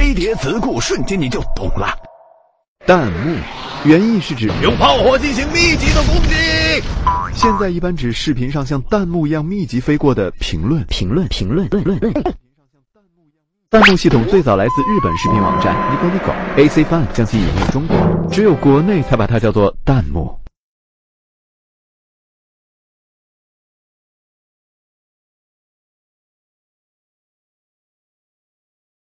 飞碟词库，瞬间你就懂了。 弹幕原意是指用炮火进行密集的攻击， 现在一般指视频上像弹幕一样密集飞过的评论。弹幕系统最早来自日本视频网站 Nico， AC Fun 将其引入中国，只有国内才把它叫做弹幕。